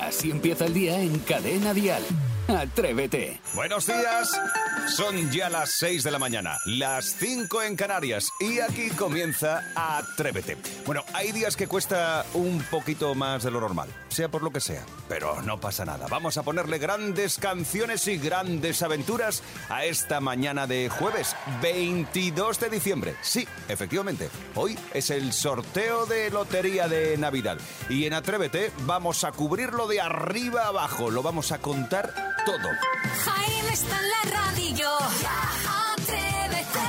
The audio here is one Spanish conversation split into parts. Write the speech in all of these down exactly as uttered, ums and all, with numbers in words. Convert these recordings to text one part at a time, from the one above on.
Así empieza el día en Cadena Dial. Atrévete. Buenos días. Son ya las seis de la mañana, las cinco en Canarias y aquí comienza Atrévete. Bueno, hay días que cuesta un poquito más de lo normal, sea por lo que sea, pero no pasa nada. Vamos a ponerle grandes canciones y grandes aventuras a esta mañana de jueves veintidós de diciembre. Sí, efectivamente, hoy es el sorteo de Lotería de Navidad y en Atrévete vamos a cubrirlo de arriba a abajo, lo vamos a contar todo. Jaime está en la radio. Atrévete.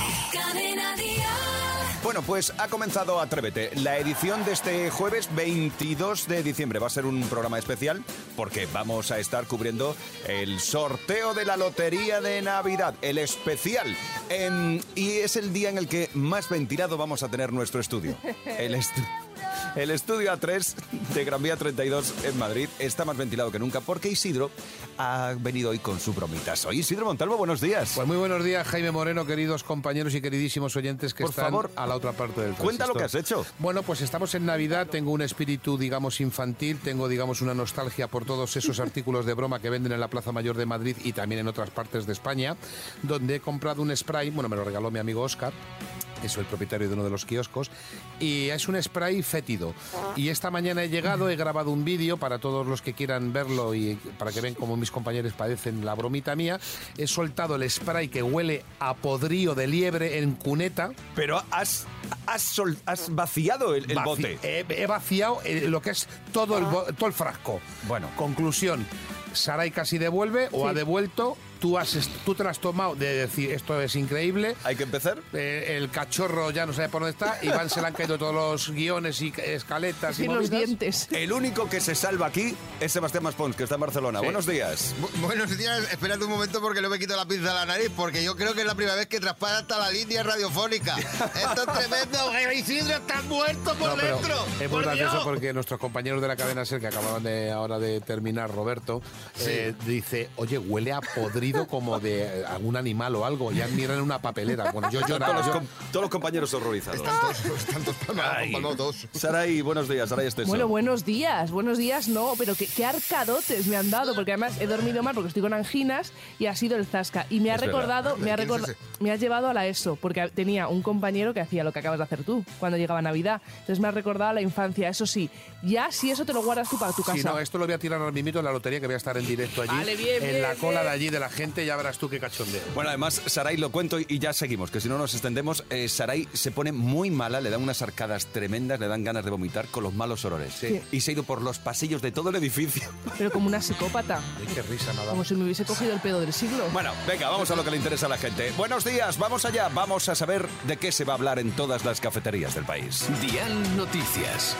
Cadena Dial. Bueno, pues ha comenzado Atrévete, la edición de este jueves veintidós de diciembre. Va a ser un programa especial porque vamos a estar cubriendo el sorteo de la Lotería de Navidad, el especial. En, y es el día en el que más ventilado vamos a tener nuestro estudio. El estudio. El estudio A tres de Gran Vía treinta y dos en Madrid está más ventilado que nunca porque Isidro ha venido hoy con su bromita. Soy Isidro Montalvo, buenos días. Pues muy buenos días, Jaime Moreno, queridos compañeros y queridísimos oyentes que Por están favor, a la otra parte del cuenta lo que has hecho. Bueno, pues estamos en Navidad, tengo un espíritu, digamos, infantil, tengo, digamos, una nostalgia por todos esos artículos de broma que venden en la Plaza Mayor de Madrid y también en otras partes de España, donde he comprado un spray, bueno, me lo regaló mi amigo Óscar, que soy el propietario de uno de los kioscos, y es un spray fétido. Y esta mañana he llegado, he grabado un vídeo para todos los que quieran verlo y para que vean cómo mis compañeros padecen la bromita mía. He soltado el spray que huele a podrío de liebre en cuneta. Pero has, has, sol, has vaciado el, el Vaci bote. He, he vaciado eh, lo que es todo el, todo el frasco. Bueno. Conclusión. Saray casi devuelve o Sí. ha devuelto. Tú, has, tú te lo has tomado de decir esto es increíble. ¿Hay que empezar? Eh, el cachorro ya no sabe por dónde está. Iván se le han caído todos los guiones y escaletas y Y los movidas. dientes. El único que se salva aquí es Sebastián Maspons, que está en Barcelona. Sí. Buenos días. Bu- Buenos días, espérate un momento porque no me quito la pinza de la nariz, porque yo creo que es la primera vez que traspasa hasta la línea radiofónica. Esto es tremendo, Isidro está muerto por No, pero dentro. es muy ¡Por gracioso Dios! porque nuestros compañeros de la cadena SER, que acababan de ahora de terminar, Roberto, eh, dice, oye, huele a podrido como de eh, algún animal o algo. Ya miran una papelera. Bueno, yo Todos lloraba. los, yo- com- todos los compañeros horrorizados. Están todos, están todos palmados, Ay. palmados todos. Saray, buenos días. Saray Esteso. Bueno, buenos días, buenos días, no, pero qué, qué arcadotes me han dado, porque además he dormido mal porque estoy con anginas y ha sido el zasca. Y me ha Es recordado, me ha ¿Quién es recordado, ese? me has llevado a la ESO, porque tenía un compañero que hacía lo que acabas de hacer tú cuando llegaba Navidad. Entonces me ha recordado a la infancia, eso sí, ya si eso te lo guardas tú para tu casa. Si no, esto lo voy a tirar al mimito en la lotería, que voy a estar en directo allí. Vale, bien, en bien, la cola bien. de allí de la gente, ya verás tú qué cachondeo. Bueno, además, Saray, lo cuento y ya seguimos, que si no nos extendemos, eh, Saray se pone muy mala, le dan unas arcadas tremendas, le dan ganas de vomitar con los malos olores. Sí. Y se ha ido por los pasillos de todo el edificio. Pero como una psicópata, Ay, qué risa, nada. como si me hubiese cogido el pedo del siglo. Bueno, venga, vamos a lo que le interesa a la gente. Buenos días, vamos allá, vamos a saber de qué se va a hablar en todas las cafeterías del país. Dial Noticias.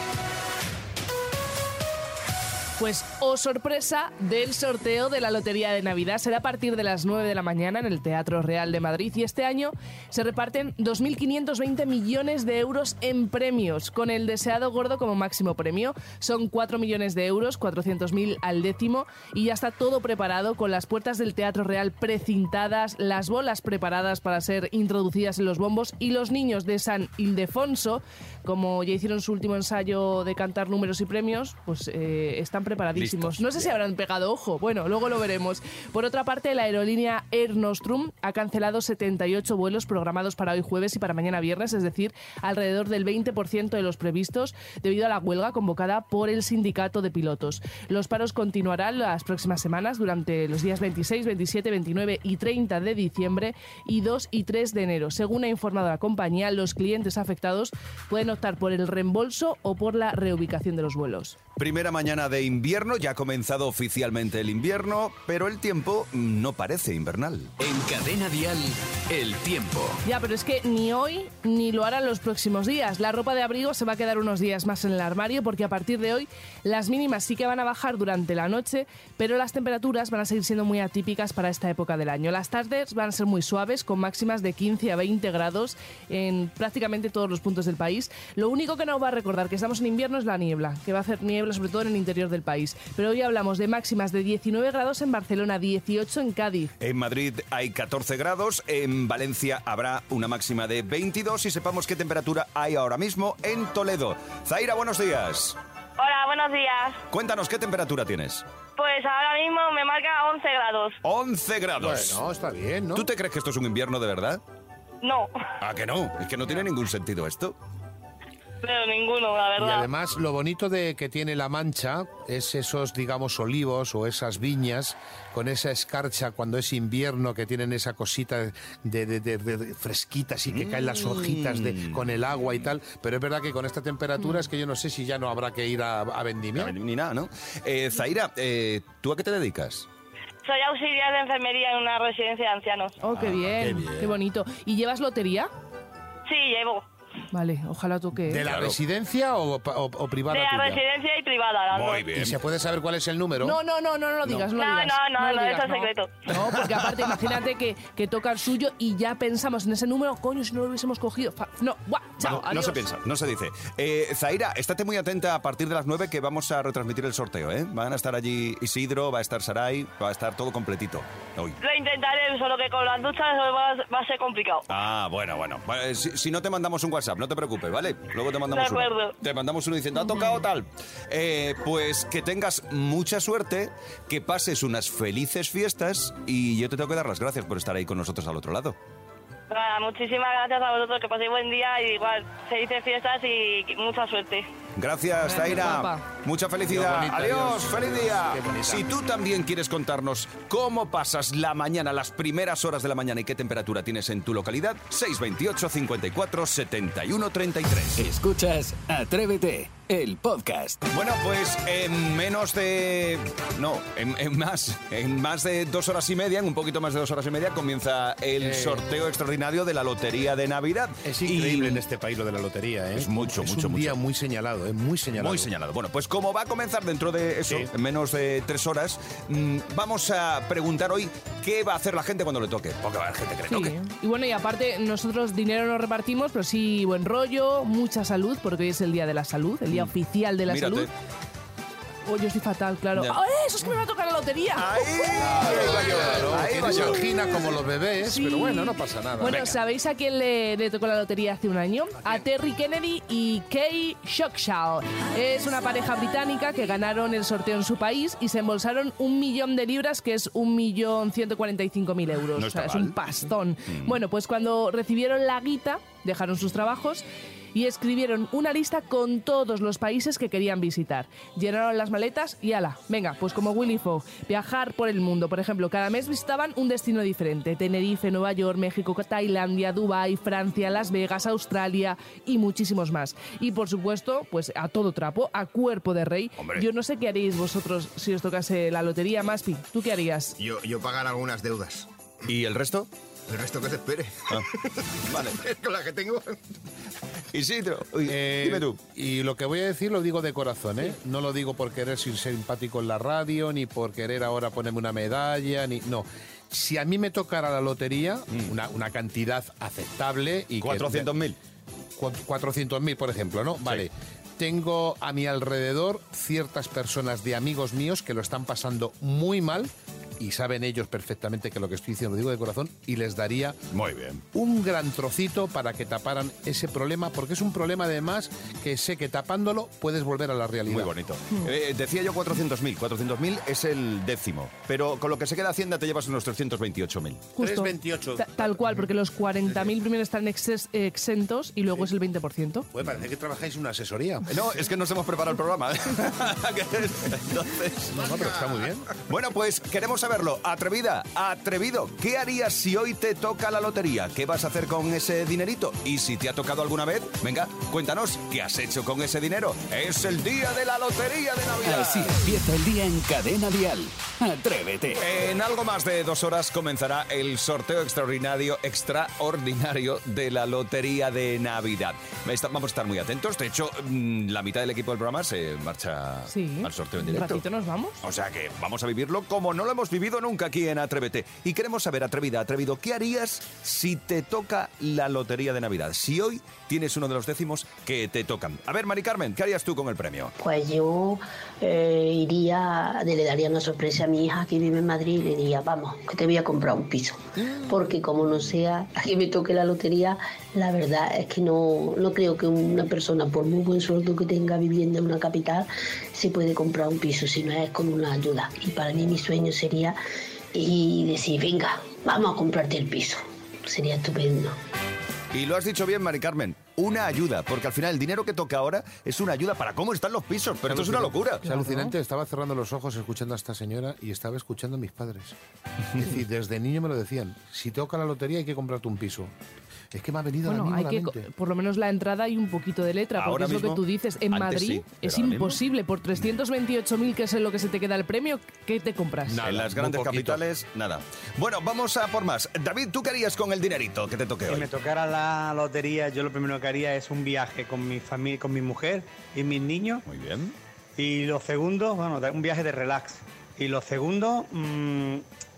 Pues, oh sorpresa, del sorteo de la Lotería de Navidad. Será a partir de las nueve de la mañana en el Teatro Real de Madrid y este año se reparten dos mil quinientos veinte millones de euros en premios, con el deseado gordo como máximo premio. Son cuatro millones de euros, cuatrocientos mil al décimo, y ya está todo preparado con las puertas del Teatro Real precintadas, las bolas preparadas para ser introducidas en los bombos y los niños de San Ildefonso, como ya hicieron su último ensayo de cantar números y premios, pues eh, están preparadísimos. Listos. No sé si habrán pegado ojo, bueno, luego lo veremos. Por otra parte, la aerolínea Air Nostrum ha cancelado setenta y ocho vuelos programados para hoy jueves y para mañana viernes, es decir, alrededor del veinte por ciento de los previstos, debido a la huelga convocada por el sindicato de pilotos. Los paros continuarán las próximas semanas durante los días veintiséis, veintisiete, veintinueve y treinta de diciembre y dos y tres de enero. Según ha informado la compañía, los clientes afectados pueden optar por el reembolso o por la reubicación de los vuelos. Primera mañana de invierno, ya ha comenzado oficialmente el invierno, pero el tiempo no parece invernal. En Cadena Dial, el tiempo. Ya, pero es que ni hoy ni lo harán los próximos días. La ropa de abrigo se va a quedar unos días más en el armario porque a partir de hoy las mínimas sí que van a bajar durante la noche, pero las temperaturas van a seguir siendo muy atípicas para esta época del año. Las tardes van a ser muy suaves, con máximas de quince a veinte grados en prácticamente todos los puntos del país. Lo único que nos va a recordar que estamos en invierno es la niebla, que va a hacer niebla sobre todo en el interior del país. Pero hoy hablamos de máximas de diecinueve grados en Barcelona, dieciocho en Cádiz. En Madrid hay catorce grados, en Valencia habrá una máxima de veintidós y sepamos qué temperatura hay ahora mismo en Toledo. Zaira, buenos días. Hola, buenos días. Cuéntanos, ¿qué temperatura tienes? Pues ahora mismo me marca once grados. once grados. Bueno, está bien, ¿no? ¿Tú te crees que esto es un invierno de verdad? No, ¿A que no? Es que no tiene ningún sentido esto. pero ninguno, la Y verdad. además lo bonito de que tiene La Mancha es esos, digamos, olivos o esas viñas con esa escarcha cuando es invierno, que tienen esa cosita de, de, de- de fresquita, así que caen las hojitas de, con el agua y tal. Pero es verdad que con esta temperatura es que yo no sé si ya no habrá que ir a, a vendimiar. Ni nada, ¿no? Eh, Zaira, eh, ¿tú a qué te dedicas? Soy auxiliar de enfermería en una residencia de ancianos. Oh, qué bien, qué bien. qué bonito. ¿Y llevas lotería? Sí, llevo. Vale, ojalá toque. ¿De la Claro. residencia o, o- o privada De la tuya? residencia y privada, las dos. Muy bien. ¿Y se puede saber cuál es el número? No, no, no, no, no lo digas, no, lo No, digas. no, no, lo no, digas, eso es secreto. No, porque aparte imagínate que, que toca el suyo y ya pensamos en ese número, coño, si no lo hubiésemos cogido. Fa- No, guau, chao, No, no adiós. se piensa, no se dice. Eh, Zaira, estate muy atenta a partir de las nueve que vamos a retransmitir el sorteo, ¿eh? Van a estar allí Isidro, va a estar Saray, va a estar todo completito hoy. Lo intentaré, solo que con las duchas va, va a ser complicado. Ah, bueno, bueno. Vale, si, si no te mandamos un WhatsApp, no te preocupes, ¿vale? Luego te mandamos De acuerdo. uno. Te mandamos uno diciendo, ha tocado tal. Eh, pues que tengas mucha suerte, que pases unas felices fiestas y yo te tengo que dar las gracias por estar ahí con nosotros al otro lado. Nada, muchísimas gracias a vosotros, que paséis buen día y igual, felices fiestas y mucha suerte. Gracias, Gracias, Zaira. guapa. Mucha felicidad. Qué bonita, Adiós, Dios. feliz día. Qué bonita. Si tú también quieres contarnos cómo pasas la mañana, las primeras horas de la mañana y qué temperatura tienes en tu localidad, seis veintiocho, cincuenta y cuatro, setenta y uno, treinta y tres. Escuchas Atrévete, el podcast. Bueno, pues en menos de... No, en, en más. En más de dos horas y media, en un poquito más de dos horas y media, comienza el Eh. sorteo extraordinario de la Lotería de Navidad. Es Y- increíble en este país lo de la lotería, ¿eh? Es mucho, es mucho, un día mucho. muy señalado, ¿eh? Muy señalado. Muy señalado. Bueno, pues como va a comenzar dentro de eso, Sí. en menos de tres horas, mm, vamos a preguntar hoy qué va a hacer la gente cuando le toque. Porque va a haber gente que le Sí, toque. y bueno, y aparte nosotros dinero no repartimos, pero sí buen rollo, mucha salud, porque hoy es el Día de la Salud, el Día oficial de la Mírate. salud. Oh, yo estoy fatal, claro. Ya. ¡Ah, eso es que me va a tocar la lotería! Ahí, ahí va yo. Claro, Ahí va tienes yo. angina como los bebés, Sí. pero bueno, no pasa nada. Bueno, Venga. ¿sabéis a quién le, le tocó la lotería hace un año? A Terry Kennedy y Kay Shockshaw. Es una pareja británica que ganaron el sorteo en su país y se embolsaron un millón de libras, que es un millón ciento cuarenta y cinco mil euros. No o sea, está es un mal. pastón. Bueno, pues cuando recibieron la guita, dejaron sus trabajos y escribieron una lista con todos los países que querían visitar. Llenaron las maletas y ala, venga, pues como Willy Fogg, viajar por el mundo. Por ejemplo, cada mes visitaban un destino diferente. Tenerife, Nueva York, México, Tailandia, Dubái, Francia, Las Vegas, Australia y muchísimos más. Y por supuesto, pues a todo trapo, a cuerpo de rey. Hombre. Yo no sé qué haríais vosotros si os tocase la lotería, Maspi. ¿Tú qué harías? Yo, yo pagar algunas deudas. ¿Y el resto? Pero esto que se espere. Ah, vale. Es con la que tengo. Isidro, uy, Eh, dime tú. Y lo que voy a decir lo digo de corazón, ¿eh? No lo digo por querer ser simpático en la radio, ni por querer ahora ponerme una medalla, ni... No. Si a mí me tocara la lotería, Mm. una, una cantidad aceptable... y que- cuatrocientos mil. Cu- cuatrocientos mil, por ejemplo, ¿no? Vale. Tengo a mi alrededor ciertas personas de amigos míos que lo están pasando muy mal y saben ellos perfectamente que lo que estoy diciendo lo digo de corazón y les daría Muy bien. un gran trocito para que taparan ese problema, porque es un problema además que sé que tapándolo puedes volver a la realidad. Muy bonito. Eh, decía yo cuatrocientos mil. cuatrocientos mil es el décimo. Pero con lo que se queda Hacienda te llevas unos trescientos veintiocho mil. Justo. tres veintiocho. Ta- Tal cual, porque los cuarenta mil primero están exes- exentos y luego es el veinte por ciento. Pues parece que trabajáis en una asesoría. No, es que nos hemos preparado el programa. Entonces, No, no, pero está muy bien. bueno, pues queremos saberlo. Atrevida, atrevido, ¿qué harías si hoy te toca la lotería? ¿Qué vas a hacer con ese dinerito? Y si te ha tocado alguna vez, venga, cuéntanos, ¿qué has hecho con ese dinero? Es el día de la lotería de Navidad. Así empieza el día en Cadena Dial. Atrévete. En algo más de dos horas comenzará el sorteo extraordinario, extraordinario de la Lotería de Navidad. Esta- Vamos a estar muy atentos. De hecho, mm, la mitad del equipo del programa se marcha Sí. al sorteo en Un directo. ratito nos vamos. O sea que vamos a vivirlo como no lo hemos vivido vivido nunca aquí en Atrévete. Y queremos saber, atrevida, atrevido, ¿qué harías si te toca la lotería de Navidad? Si hoy tienes uno de los décimos que te tocan. A ver, Mari Carmen, ¿qué harías tú con el premio? Pues yo eh, iría, le daría una sorpresa a mi hija que vive en Madrid y le diría, vamos, que te voy a comprar un piso. Porque como no sea a que me toque la lotería, la verdad es que no, no creo que una persona, por muy buen sueldo que tenga viviendo en una capital, se puede comprar un piso, si no es con una ayuda. Y para mí mi sueño sería y decir, venga, vamos a comprarte el piso. Sería estupendo. Y lo has dicho bien, Mari Carmen, una ayuda, porque al final el dinero que toca ahora es una ayuda para cómo están los pisos, pero esto es una locura. Es alucinante, estaba cerrando los ojos escuchando a esta señora y estaba escuchando a mis padres. Es decir, desde niño me lo decían, si toca la lotería hay que comprarte un piso. Es que me ha venido bueno, a la hay misma que, mente. por lo menos la entrada y un poquito de letra, porque Ahora es lo mismo, que tú dices. En antes Madrid sí, es pero ahora imposible. Por trescientos veintiocho mil, que es en lo que se te queda el premio, ¿qué te compras? Nada, en las muy grandes poquito. capitales, nada. Bueno, vamos a por más. David, ¿tú qué harías con el dinerito que te toque Si hoy? me tocara la lotería, yo lo primero que haría es un viaje con mi familia, con mi mujer y mis niños. Muy bien. Y lo segundo, bueno, un viaje de relax. Y lo segundo, mmm,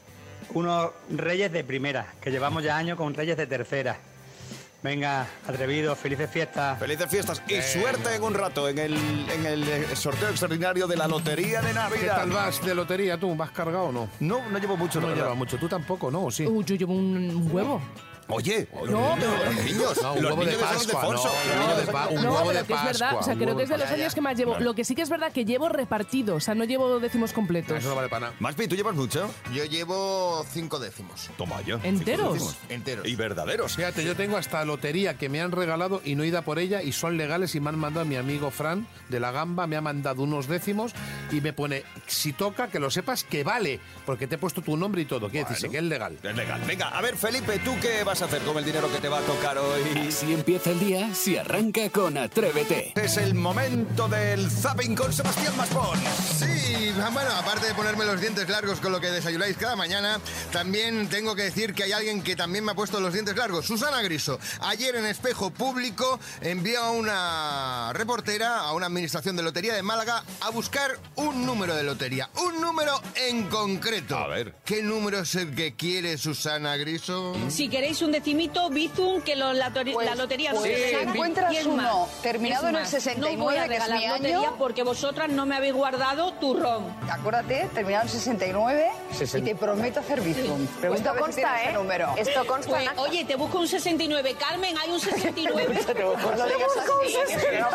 unos reyes de primera, que llevamos ya años con reyes de tercera. Venga, atrevidos, felices fiestas. Felices fiestas y suerte en un rato en el, en el sorteo extraordinario de la Lotería de Navidad. ¿Qué tal vas de lotería tú? ¿Vas cargado o no? No, no llevo mucho, No la verdad. lleva mucho. ¿Tú tampoco, no? ¿O sí? Uy, yo llevo un huevo. Oye, No, los pero- niños, No, un los huevo de niños de Son Pascua, Ildefonso. no, un huevo de pa- un No, huevo pero de que es verdad, Pascua, o sea, un creo huevo que es de de los años que más llevo. Lo que sí que es verdad que llevo repartido, o sea, no llevo décimos completos. Eso no vale para nada. Maspi, ¿tú llevas mucho? Yo llevo cinco décimos. Toma ya. ¿Enteros? Cinco décimos. Enteros. Y verdaderos. Fíjate, yo tengo hasta lotería que me han regalado y no he ido a por ella y son legales y me han mandado mi amigo Fran de La Gamba, me ha mandado unos décimos y me pone, si toca, que lo sepas que vale, porque te he puesto tu nombre y todo. Quiere decirse que es legal. Es legal. Venga, a ver, Felipe, ¿tú qué vas a hacer con el dinero que te va a tocar hoy? Así empieza el día si arranca con Atrévete. Es el momento del zapping con Sebastián Maspón. Sí, bueno, aparte de ponerme los dientes largos con lo que desayunáis cada mañana, también tengo que decir que hay alguien que también me ha puesto los dientes largos. Susana Griso. Ayer en Espejo Público envió a una reportera, a una administración de lotería de Málaga, a buscar un número de lotería. Un número en concreto. A ver. ¿Qué número es el que quiere Susana Griso? Si queréis un decimito, Bizum, que lo- la, tori- Pues, la lotería pues, no se si regala. encuentras Y es uno más, terminado es en el más, sesenta y nueve, no voy a que es regalar mi lotería año. porque vosotras no me habéis guardado turrón. Acuérdate, terminado en sesenta y nueve y te prometo hacer bizum. Pregunta a ver si tienes ese número. Esto consta Pues, en acta. oye, te busco un sesenta y nueve. Carmen, hay un sesenta y nueve. Pues no digas así. que no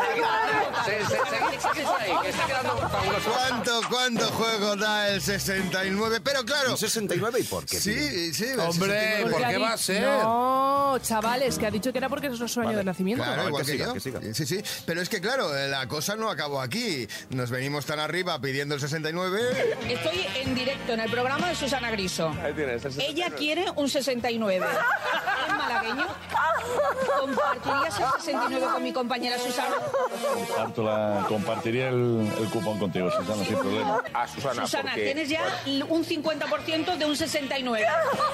¿Cuánto, cuánto juego da el sesenta y nueve? Pero claro... ¿Un sesenta y nueve y por qué? Sí, sí. el Hombre, sesenta y nueve. ¿por Porque qué ha va a di- ser? No, chavales, que ha dicho que era porque es su año Vale. de nacimiento. Claro, A ver, igual que que, siga, yo. que siga. Sí, sí. Pero es que, claro, la cosa no acabó aquí. Nos venimos tan arriba pidiendo el sesenta y nueve. Estoy en directo en el programa de Susana Griso. Ella quiere un sesenta y nueve. Es malagueño. ¿Compartirías el sesenta y nueve con mi compañera Susana? Artula, compartiría el, el cupón contigo, Susana, sin problema. A Susana, Susana, porque... tienes ya un cincuenta por ciento de un sesenta y nueve.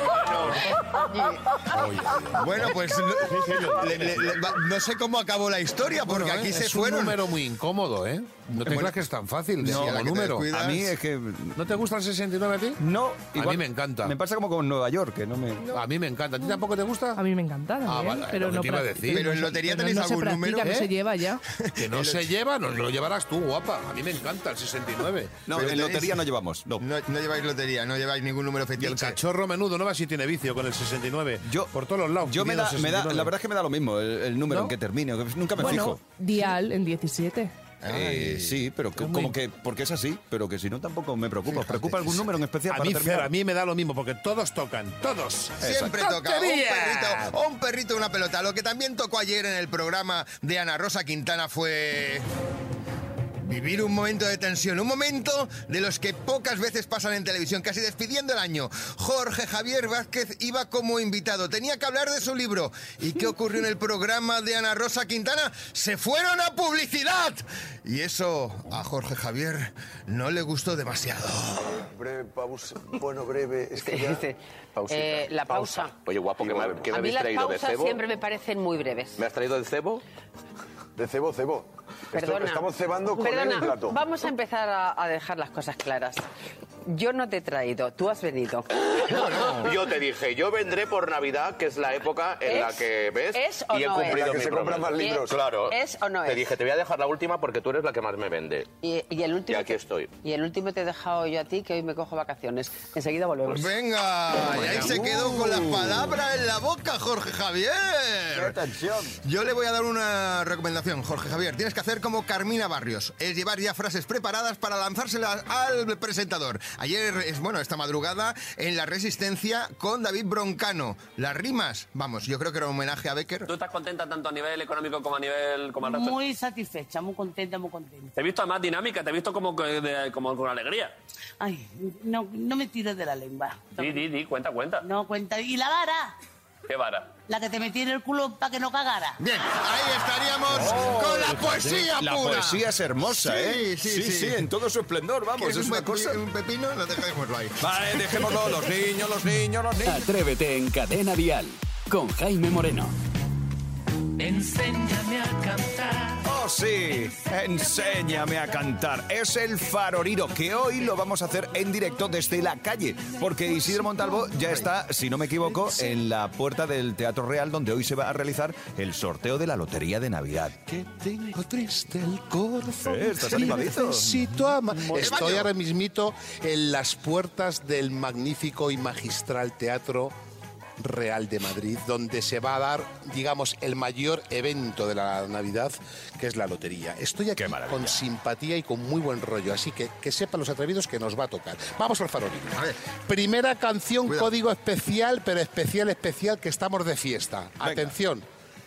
Bueno, pues no, le- le- le- va- no sé cómo acabó la historia, porque Bueno, aquí ¿eh? se es fueron. un número muy incómodo, ¿eh? No te Bueno, creas que es tan fácil. sí, No, a la que te número. descuidas. A mí es que... ¿No te gusta el sesenta y nueve a ti? No, A mí me encanta. Me pasa como con Nueva York, que no me... A mí me encanta. ¿A ti tampoco te gusta? A mí me encanta también, Ah, vale, pero lo que no te iba a pra- decir. Pero en no- lotería no- tenéis no se algún practica, número, no ¿eh? se lleva ya. Que no se lleva, no lo llevarás tú, guapa. A mí me encanta el sesenta y nueve. No, Pero en tenéis- lotería no llevamos, no. No, no lleváis lotería, no lleváis ningún número Y el fetiche. cachorro menudo, ¿no? Va si tiene vicio con el sesenta y nueve. Yo- Por todos los lados. Yo me da, pidiendo me da, sesenta y nueve. la verdad es que me da lo mismo el, el número ¿No? en que termine, que nunca me Bueno, fijo. Dial en diecisiete. Eh, sí, pero que- muy- como que porque es así, pero que si no tampoco me preocupa. ¿Os Fíjate, preocupa algún sí, número en especial A para mí, terminar? Fer, a mí me da lo mismo, porque todos tocan. Todos. Siempre Esa toca o un tontería. perrito, o un perrito, una pelota. Lo que también tocó ayer en el programa de Ana Rosa Quintana fue vivir un momento de tensión, un momento de los que pocas veces pasan en televisión, casi despidiendo el año. Jorge Javier Vázquez iba como invitado, tenía que hablar de su libro. ¿Y qué ocurrió en el programa de Ana Rosa Quintana? ¡Se fueron a publicidad! Y eso a Jorge Javier no le gustó demasiado. Breve pausa. Bueno, breve. Es que ya... Pausita. Eh, la pausa. Oye, guapo, ¿qué me, qué me A mí habéis las traído? ¿De pausas cebo? siempre me parecen muy breves. ¿Me has traído de cebo? De cebo, cebo. Perdona. Estamos cebando con Perdona, el plato. vamos a empezar a, a dejar las cosas claras. Yo no te he traído, tú has venido. Yo te dije, yo vendré por Navidad, que es la época en ¿Es? la que ves ¿Es o y he no es? cumplido La que mi se compran promesa. más libros. Claro. ¿Es o no Te es? dije, te voy a dejar la última porque tú eres la que más me vende. Y, y el último Y aquí estoy. Y el último te he dejado yo a ti, que hoy me cojo vacaciones. Enseguida volvemos. Venga, y ahí se quedó con las palabras en la boca, Jorge Javier. ¡Qué tensión! Yo le voy a dar una recomendación, Jorge Javier. Tienes que hacer como Carmina Barrios, es llevar ya frases preparadas para lanzárselas al presentador. Ayer, es bueno, esta madrugada, en La Resistencia con David Broncano. Las rimas, vamos, yo creo que era un homenaje a Becker. ¿Tú estás contenta tanto a nivel económico como a nivel... Como al resto? Muy satisfecha, muy contenta, muy contenta. Te he visto más dinámica, te he visto como, que de- como con alegría. Ay, no, no me tires de la lengua. Di, di, di, cuenta, cuenta. No, cuenta. ¿Y la vara? ¿Qué vara? La que te metí en el culo para que no cagara. Bien, ahí estaríamos con la poesía La pura. poesía es hermosa, Sí, ¿eh? sí, sí. en todo su esplendor, vamos, ¿Quieres es un una pepi- cosa... un pepino? Lo dejémoslo ahí. Vale, dejémoslo, los niños, los niños, los niños. Atrévete en Cadena Dial con Jaime Moreno. Enséñame a cantar. Oh, sí, enséñame a cantar. Es el Faroriro, que hoy lo vamos a hacer en directo desde la calle, porque Isidro Montalvo ya está, si no me equivoco, en la puerta del Teatro Real, donde hoy se va a realizar el sorteo de la Lotería de Navidad. Que tengo triste el corazón. Eh, ¿estás y animadito? necesito ama- Muy Estoy bien. ahora mismito en las puertas del magnífico y magistral Teatro Real de Madrid, donde se va a dar, digamos, el mayor evento de la Navidad, que es la lotería. Estoy aquí con simpatía y con muy buen rollo, así que que sepan los atrevidos que nos va a tocar. Vamos al farolín. Primera canción, Cuidado. código especial, pero especial, especial, que estamos de fiesta. Atención.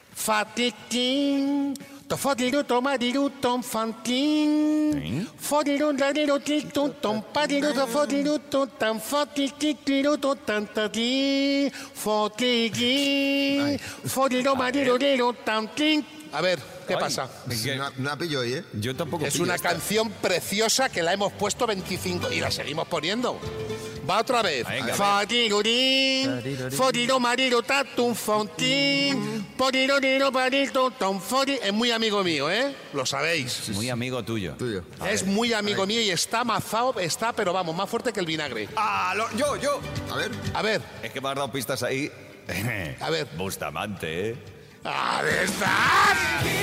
Fatiquín, tofodiru tomadiru tom fantín, fodiru dadiru titum tom padiru tofodiru tom tan fatiquiru tom tan tati, fotiquín, fodiru madiru diru tam tin. A ver, ¿qué Ay, pasa? No, no la pillo hoy, ¿eh? Yo tampoco Es pillo una esta. canción preciosa que la hemos puesto veinticinco y la seguimos poniendo. Va otra vez. Venga, Fadirurín, fodiru mariru tatum fontín, podiriru mariru tom fodi. Es muy amigo mío, ¿eh? Lo sabéis. Muy amigo tuyo. Tuyo. Es muy amigo mío y está mazao, está, pero vamos, más fuerte que el vinagre. Ah, lo- yo, yo. A ver. A ver. Es que me has dado pistas ahí. A ver. Bustamante, ¿eh? ¡Ahí estás!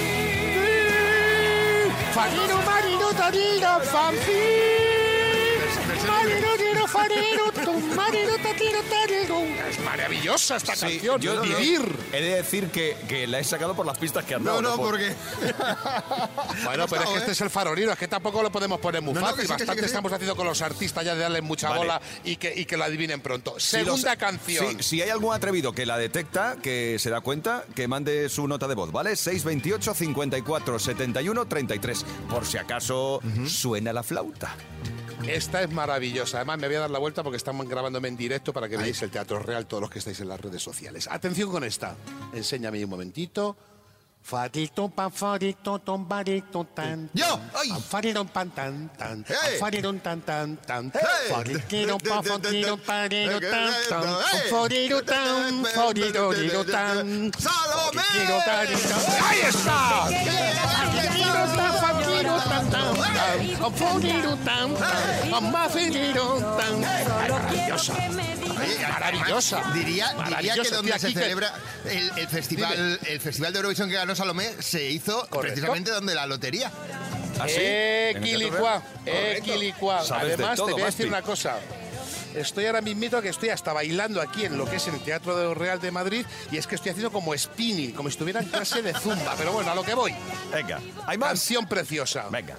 Fadiru mariru tadiru fantín. Mariru diru fadiru tum mariru tadiru tadiru. Es maravillosa esta Sí, canción. yo ¿no? he de- Vivir. He de decir que, que la he sacado por las pistas que han No, dado. no, por- porque... Bueno, pero es que ¿eh? este es el farolino, es que tampoco lo podemos poner muy No, no, fácil. que sí, que sí, Bastante que sí. estamos haciendo con los artistas ya de darle mucha Vale. bola y que, y que lo adivinen pronto. Si Segunda los- canción. Si, si hay algún atrevido que la detecta, que se da cuenta, que mande su nota de voz, ¿vale? seis veintiocho, cincuenta y cuatro, setenta y uno, treinta y tres. Por si acaso suena la flauta. Esta es maravillosa. Además, me voy a dar la vuelta porque estamos grabándome en directo para que veáis el Teatro Real, todos los que estáis en las redes sociales. Atención con esta. Enséñame un momentito. Farito pan farito tom barito tan. ¡Yo! ¡Ay! Farito pan tan tan. ¡Hey! Farito tan tan tan. ¡Hey! Farito pan farito farito tan tan. ¡Hey! Farito tan farito farito tan. ¡Salomé! Farito tan. ¡Ahí está! Farito tan farito tan tan. Farito tan tan. Farito tan. Maravillosa. Oye, Maravillosa. además, Diría, diría Maravillosa. que donde Estoy se aquí que- celebra el, el festival el festival de Eurovisión que ganó Salomé se hizo precisamente donde la lotería. ¿Ah, sí? Eh, ¿En el Teatro Quilicua, Real? eh, Correcto. Quilicua. Sabes de Además, todo, te voy a decir Maspi. una cosa. Estoy ahora mismito que estoy hasta bailando aquí en lo que es el Teatro de Real de Madrid y es que estoy haciendo como spinning, como si estuviera en clase de zumba. Pero bueno, a lo que voy. Venga, hay más. Canción preciosa. Venga.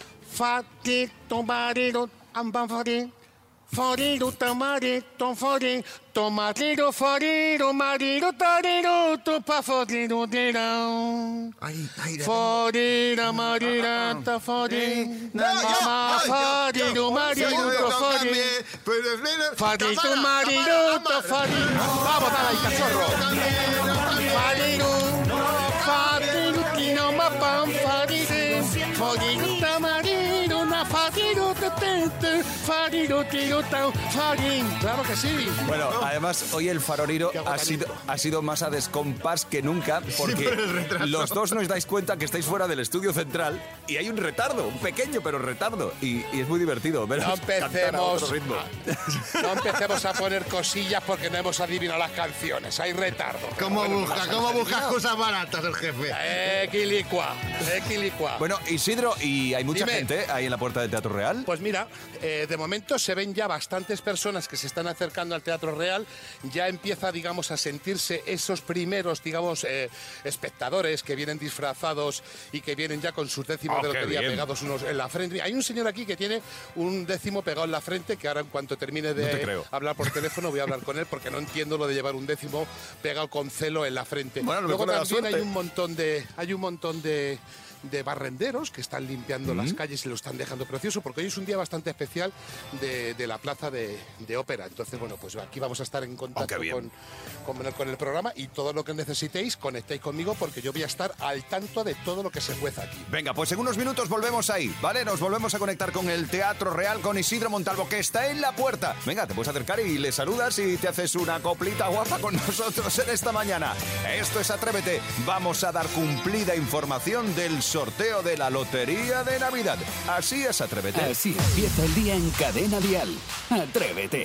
Fatito marido, ambam fari. Farido tamarito fari. Tomarito farido marido tarido tupa farido dirán. Ay, ay, Farira marira ta fari. Mamá farido marido ta fari. Farido marido ta fari. Vamos, dale ahí, cachorro. Farido. Farido kino mapam faride. Farido tamarido na fari. Claro que sí. Bueno, además, hoy el faroriro ha sido, ha sido más a descompás que nunca, porque Sí, los dos nos dais cuenta que estáis fuera del estudio central y hay un retardo, un pequeño pero retardo, y, y es muy divertido veros No cantar a empecemos, otro ritmo. no empecemos a poner cosillas porque no hemos adivinado las canciones. Hay retardo. ¿Cómo Bueno, busca, pasa, cómo ¿has buscas adivinado? cosas baratas el jefe? Equilicua, equilicua. Bueno, Isidro, ¿y hay mucha Dime. gente ahí en la puerta del Teatro Real? Pues mira, eh, de momento se ven ya bastantes personas que se están acercando al Teatro Real. Ya empieza, digamos, a sentirse esos primeros, digamos, eh, espectadores que vienen disfrazados y que vienen ya con sus décimos Oh, de qué lotería bien. pegados unos en la frente. Hay un señor aquí que tiene un décimo pegado en la frente, que ahora en cuanto termine de No te creo. hablar por teléfono voy a hablar con él porque no entiendo lo de llevar un décimo pegado con celo en la frente. Bueno, a lo Luego mejor le da también hay suerte. un montón de hay un montón de de barrenderos que están limpiando las calles y lo están dejando precioso, porque hoy es un día bastante especial de, de la plaza de, de ópera. Entonces, bueno, pues aquí vamos a estar en contacto Oh, qué bien. con, con, con el programa, y todo lo que necesitéis, conectéis conmigo porque yo voy a estar al tanto de todo lo que se jueza aquí. Venga, pues en unos minutos volvemos ahí, ¿vale? Nos volvemos a conectar con el Teatro Real, con Isidro Montalvo, que está en la puerta. Venga, te puedes acercar y le saludas y te haces una coplita guapa con nosotros en esta mañana. Esto es Atrévete. Vamos a dar cumplida información del sorteo de la Lotería de Navidad. Así es, Atrévete. Así empieza el día en Cadena Dial. Atrévete.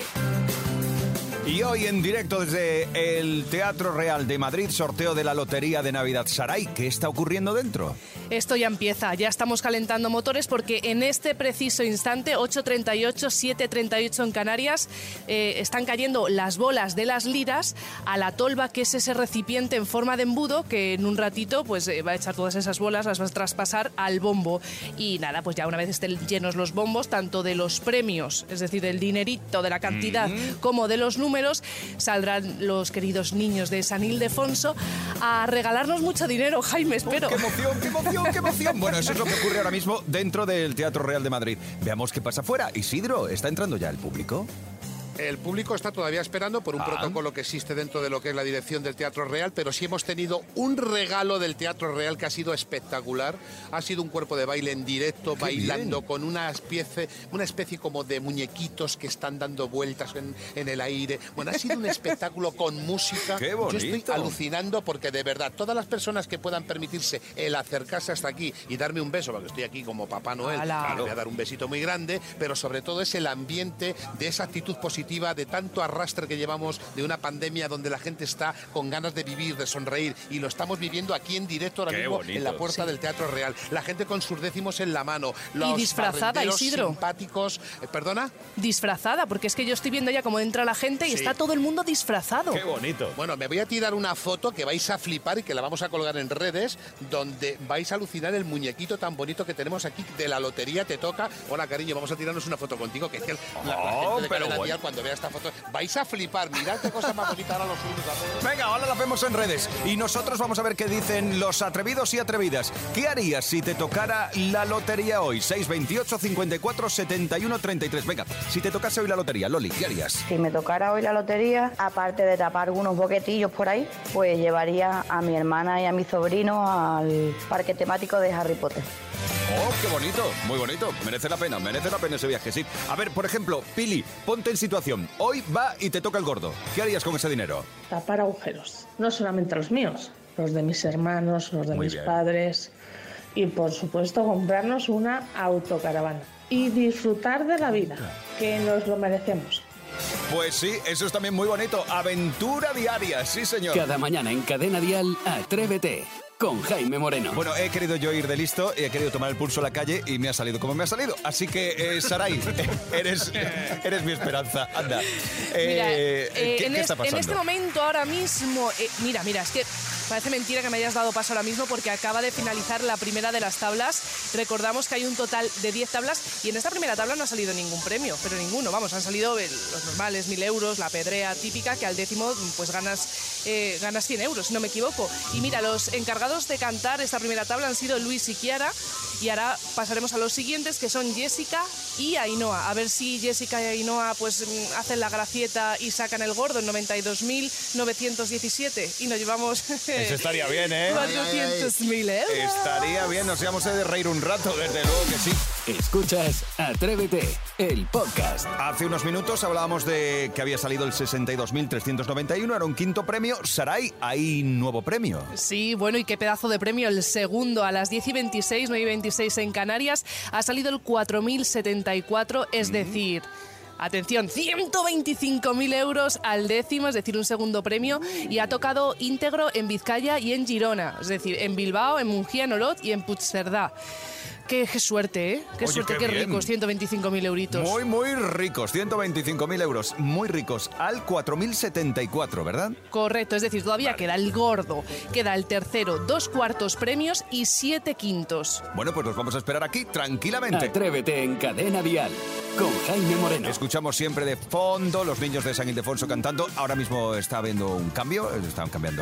Y hoy en directo desde el Teatro Real de Madrid, sorteo de la Lotería de Navidad. Saray, ¿qué está ocurriendo dentro? Esto ya empieza, ya estamos calentando motores porque en este preciso instante, ocho treinta y ocho, siete treinta y ocho en Canarias, eh, están cayendo las bolas de las liras a la tolva, que es ese recipiente en forma de embudo que en un ratito pues eh, va a echar todas esas bolas, las va a traspasar al bombo. Y nada, pues ya una vez estén llenos los bombos, tanto de los premios, es decir, del dinerito, de la cantidad, Mm. como de los números, saldrán los queridos niños de San Ildefonso a regalarnos mucho dinero, Jaime, espero. ¡Qué emoción, qué emoción, qué emoción! Bueno, eso es lo que ocurre ahora mismo dentro del Teatro Real de Madrid. Veamos qué pasa afuera. Isidro, ¿está entrando ya el público? El público está todavía esperando por un Ah. protocolo que existe dentro de lo que es la dirección del Teatro Real, pero sí hemos tenido un regalo del Teatro Real que ha sido espectacular. Ha sido un cuerpo de baile en directo, ¡Qué bailando bien! con una especie, una especie como de muñequitos que están dando vueltas en, en el aire. Bueno, ha sido un espectáculo con música. ¡Qué Yo estoy bonito! alucinando porque, de verdad, todas las personas que puedan permitirse el acercarse hasta aquí y darme un beso, porque estoy aquí como Papá Noel, ¡Hala! le voy a dar un besito muy grande, pero sobre todo es el ambiente de esa actitud positiva, de tanto arrastre que llevamos de una pandemia donde la gente está con ganas de vivir, de sonreír, y lo estamos viviendo aquí en directo ahora Qué mismo bonito. en la puerta del Teatro Real. La gente con sus décimos en la mano, los disfrazada, barrenderos Isidro. simpáticos. Eh, ¿Perdona? Disfrazada, porque es que yo estoy viendo ya cómo entra la gente y Sí. está todo el mundo disfrazado. ¡Qué bonito! Bueno, me voy a tirar una foto que vais a flipar y que la vamos a colgar en redes, donde vais a alucinar el muñequito tan bonito que tenemos aquí de la Lotería Te Toca. Hola, cariño, vamos a tirarnos una foto contigo, que es que la, la Oh, gente de pero Cadena bueno. Dial, cuando vea esta foto, vais a flipar. Mirad qué cosa más bonita, ahora lo subimos a redes. Venga, ahora la vemos en redes. Y nosotros vamos a ver qué dicen los atrevidos y atrevidas. ¿Qué harías si te tocara la lotería hoy? seis veintiocho, cincuenta y cuatro, setenta y uno, treinta y tres. Venga, si te tocase hoy la lotería, Loli, ¿qué harías? Si me tocara hoy la lotería, aparte de tapar algunos boquetillos por ahí, pues llevaría a mi hermana y a mi sobrino al parque temático de Harry Potter. ¡Oh, qué bonito! Muy bonito. Merece la pena, merece la pena ese viaje, sí. A ver, por ejemplo, Pili, ponte en situación. Hoy va y te toca el gordo. ¿Qué harías con ese dinero? Tapar agujeros, no solamente los míos, los de mis hermanos, los de Muy mis bien. padres, y por supuesto comprarnos una autocaravana y disfrutar de la vida, que nos lo merecemos. Pues sí, eso es también muy bonito. Aventura diaria, sí, señor. Cada mañana en Cadena Dial, Atrévete con Jaime Moreno. Bueno, he querido yo ir de listo y he querido tomar el pulso a la calle y me ha salido como me ha salido. Así que, eh, Saray, eres, eres mi esperanza. Anda. Eh, Mira, eh, ¿qué, en, qué es- está pasando? en este momento, ahora mismo, eh, mira, mira, es que parece mentira que me hayas dado paso ahora mismo porque acaba de finalizar la primera de las tablas. Recordamos que hay un total de diez tablas y en esta primera tabla no ha salido ningún premio, pero ninguno. Vamos, han salido eh, los normales, mil euros, la pedrea típica, que al décimo pues ganas, eh, ganas cien euros, si no me equivoco. Y mira, los encargados de cantar esta primera tabla han sido Luis y Kiara, y ahora pasaremos a los siguientes, que son Jessica y Ainhoa. A ver si Jessica y Ainhoa pues mm, hacen la gracieta y sacan el gordo en noventa y dos mil novecientos diecisiete y nos llevamos Eso estaría bien, ¿eh? cuatrocientos mil euros. Estaría bien, nos íbamos a de reír un rato, desde luego que sí. Escuchas Atrévete, el podcast. Hace unos minutos hablábamos de que había salido el sesenta y dos mil trescientos noventa y uno, era un quinto premio. Saray, hay nuevo premio. Sí, bueno, y qué pedazo de premio, el segundo a las diez y veintiséis, nueve y veintiséis en Canarias, ha salido el cuatro mil setenta y cuatro, es mm. decir... Atención, ciento veinticinco mil euros al décimo, es decir, un segundo premio, y ha tocado íntegro en Vizcaya y en Girona, es decir, en Bilbao, en Mungia, en Olot y en Puigcerdá. Qué, qué suerte, ¿eh? Qué Oye, suerte, qué qué, bien. ricos, ciento veinticinco mil euritos. Muy, muy ricos, ciento veinticinco mil euros, muy ricos, al cuatro mil setenta y cuatro, ¿verdad? Correcto, es decir, todavía vale. queda el gordo, queda el tercero, dos cuartos premios y siete quintos. Bueno, pues nos vamos a esperar aquí tranquilamente. Atrévete en Cadena Dial, con Jaime Moreno. Escuchamos siempre de fondo los niños de San Ildefonso cantando. Ahora mismo está habiendo un cambio, están cambiando...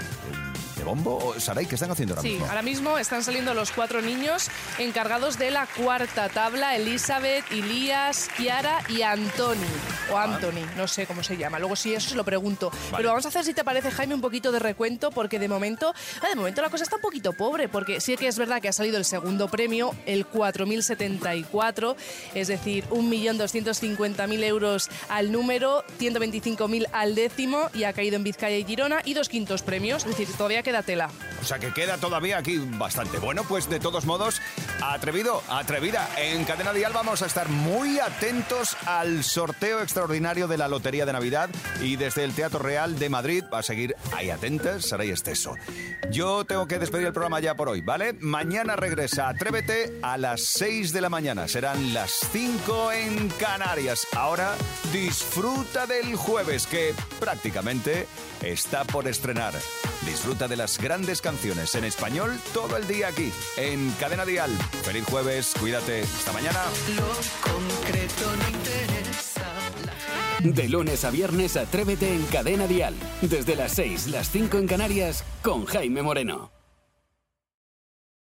¿De bombo? Saray, ¿qué están haciendo ahora sí, mismo? Sí, ahora mismo están saliendo los cuatro niños encargados de la cuarta tabla, Elizabeth, Ilías, Kiara y Antoni. O Anthony, ah. no sé cómo se llama. Luego sí, eso se lo pregunto. Vale. Pero vamos a hacer, si te parece, Jaime, un poquito de recuento, porque de momento, ah, de momento la cosa está un poquito pobre, porque sí que es verdad que ha salido el segundo premio, el cuatro mil setenta y cuatro, es decir, un millón doscientos cincuenta mil euros al número, ciento veinticinco mil al décimo, y ha caído en Vizcaya y Girona, y dos quintos premios, es decir, todavía queda tela. O sea que queda todavía aquí bastante. Bueno, pues de todos modos, atrevido, atrevida, en Cadena Dial vamos a estar muy atentos al sorteo extraordinario de la Lotería de Navidad, y desde el Teatro Real de Madrid va a seguir ahí atentas Saray Esteso. Yo tengo que despedir el programa ya por hoy, ¿vale? Mañana regresa Atrévete a las seis de la mañana. Serán las cinco en Canarias. Ahora disfruta del jueves, que prácticamente está por estrenar. Disfruta de las grandes canciones en español todo el día aquí, en Cadena Dial. Feliz jueves, cuídate. Hasta mañana. Lo concreto no interesa. De lunes a viernes, Atrévete en Cadena Dial. Desde las seis, las cinco en Canarias, con Jaime Moreno.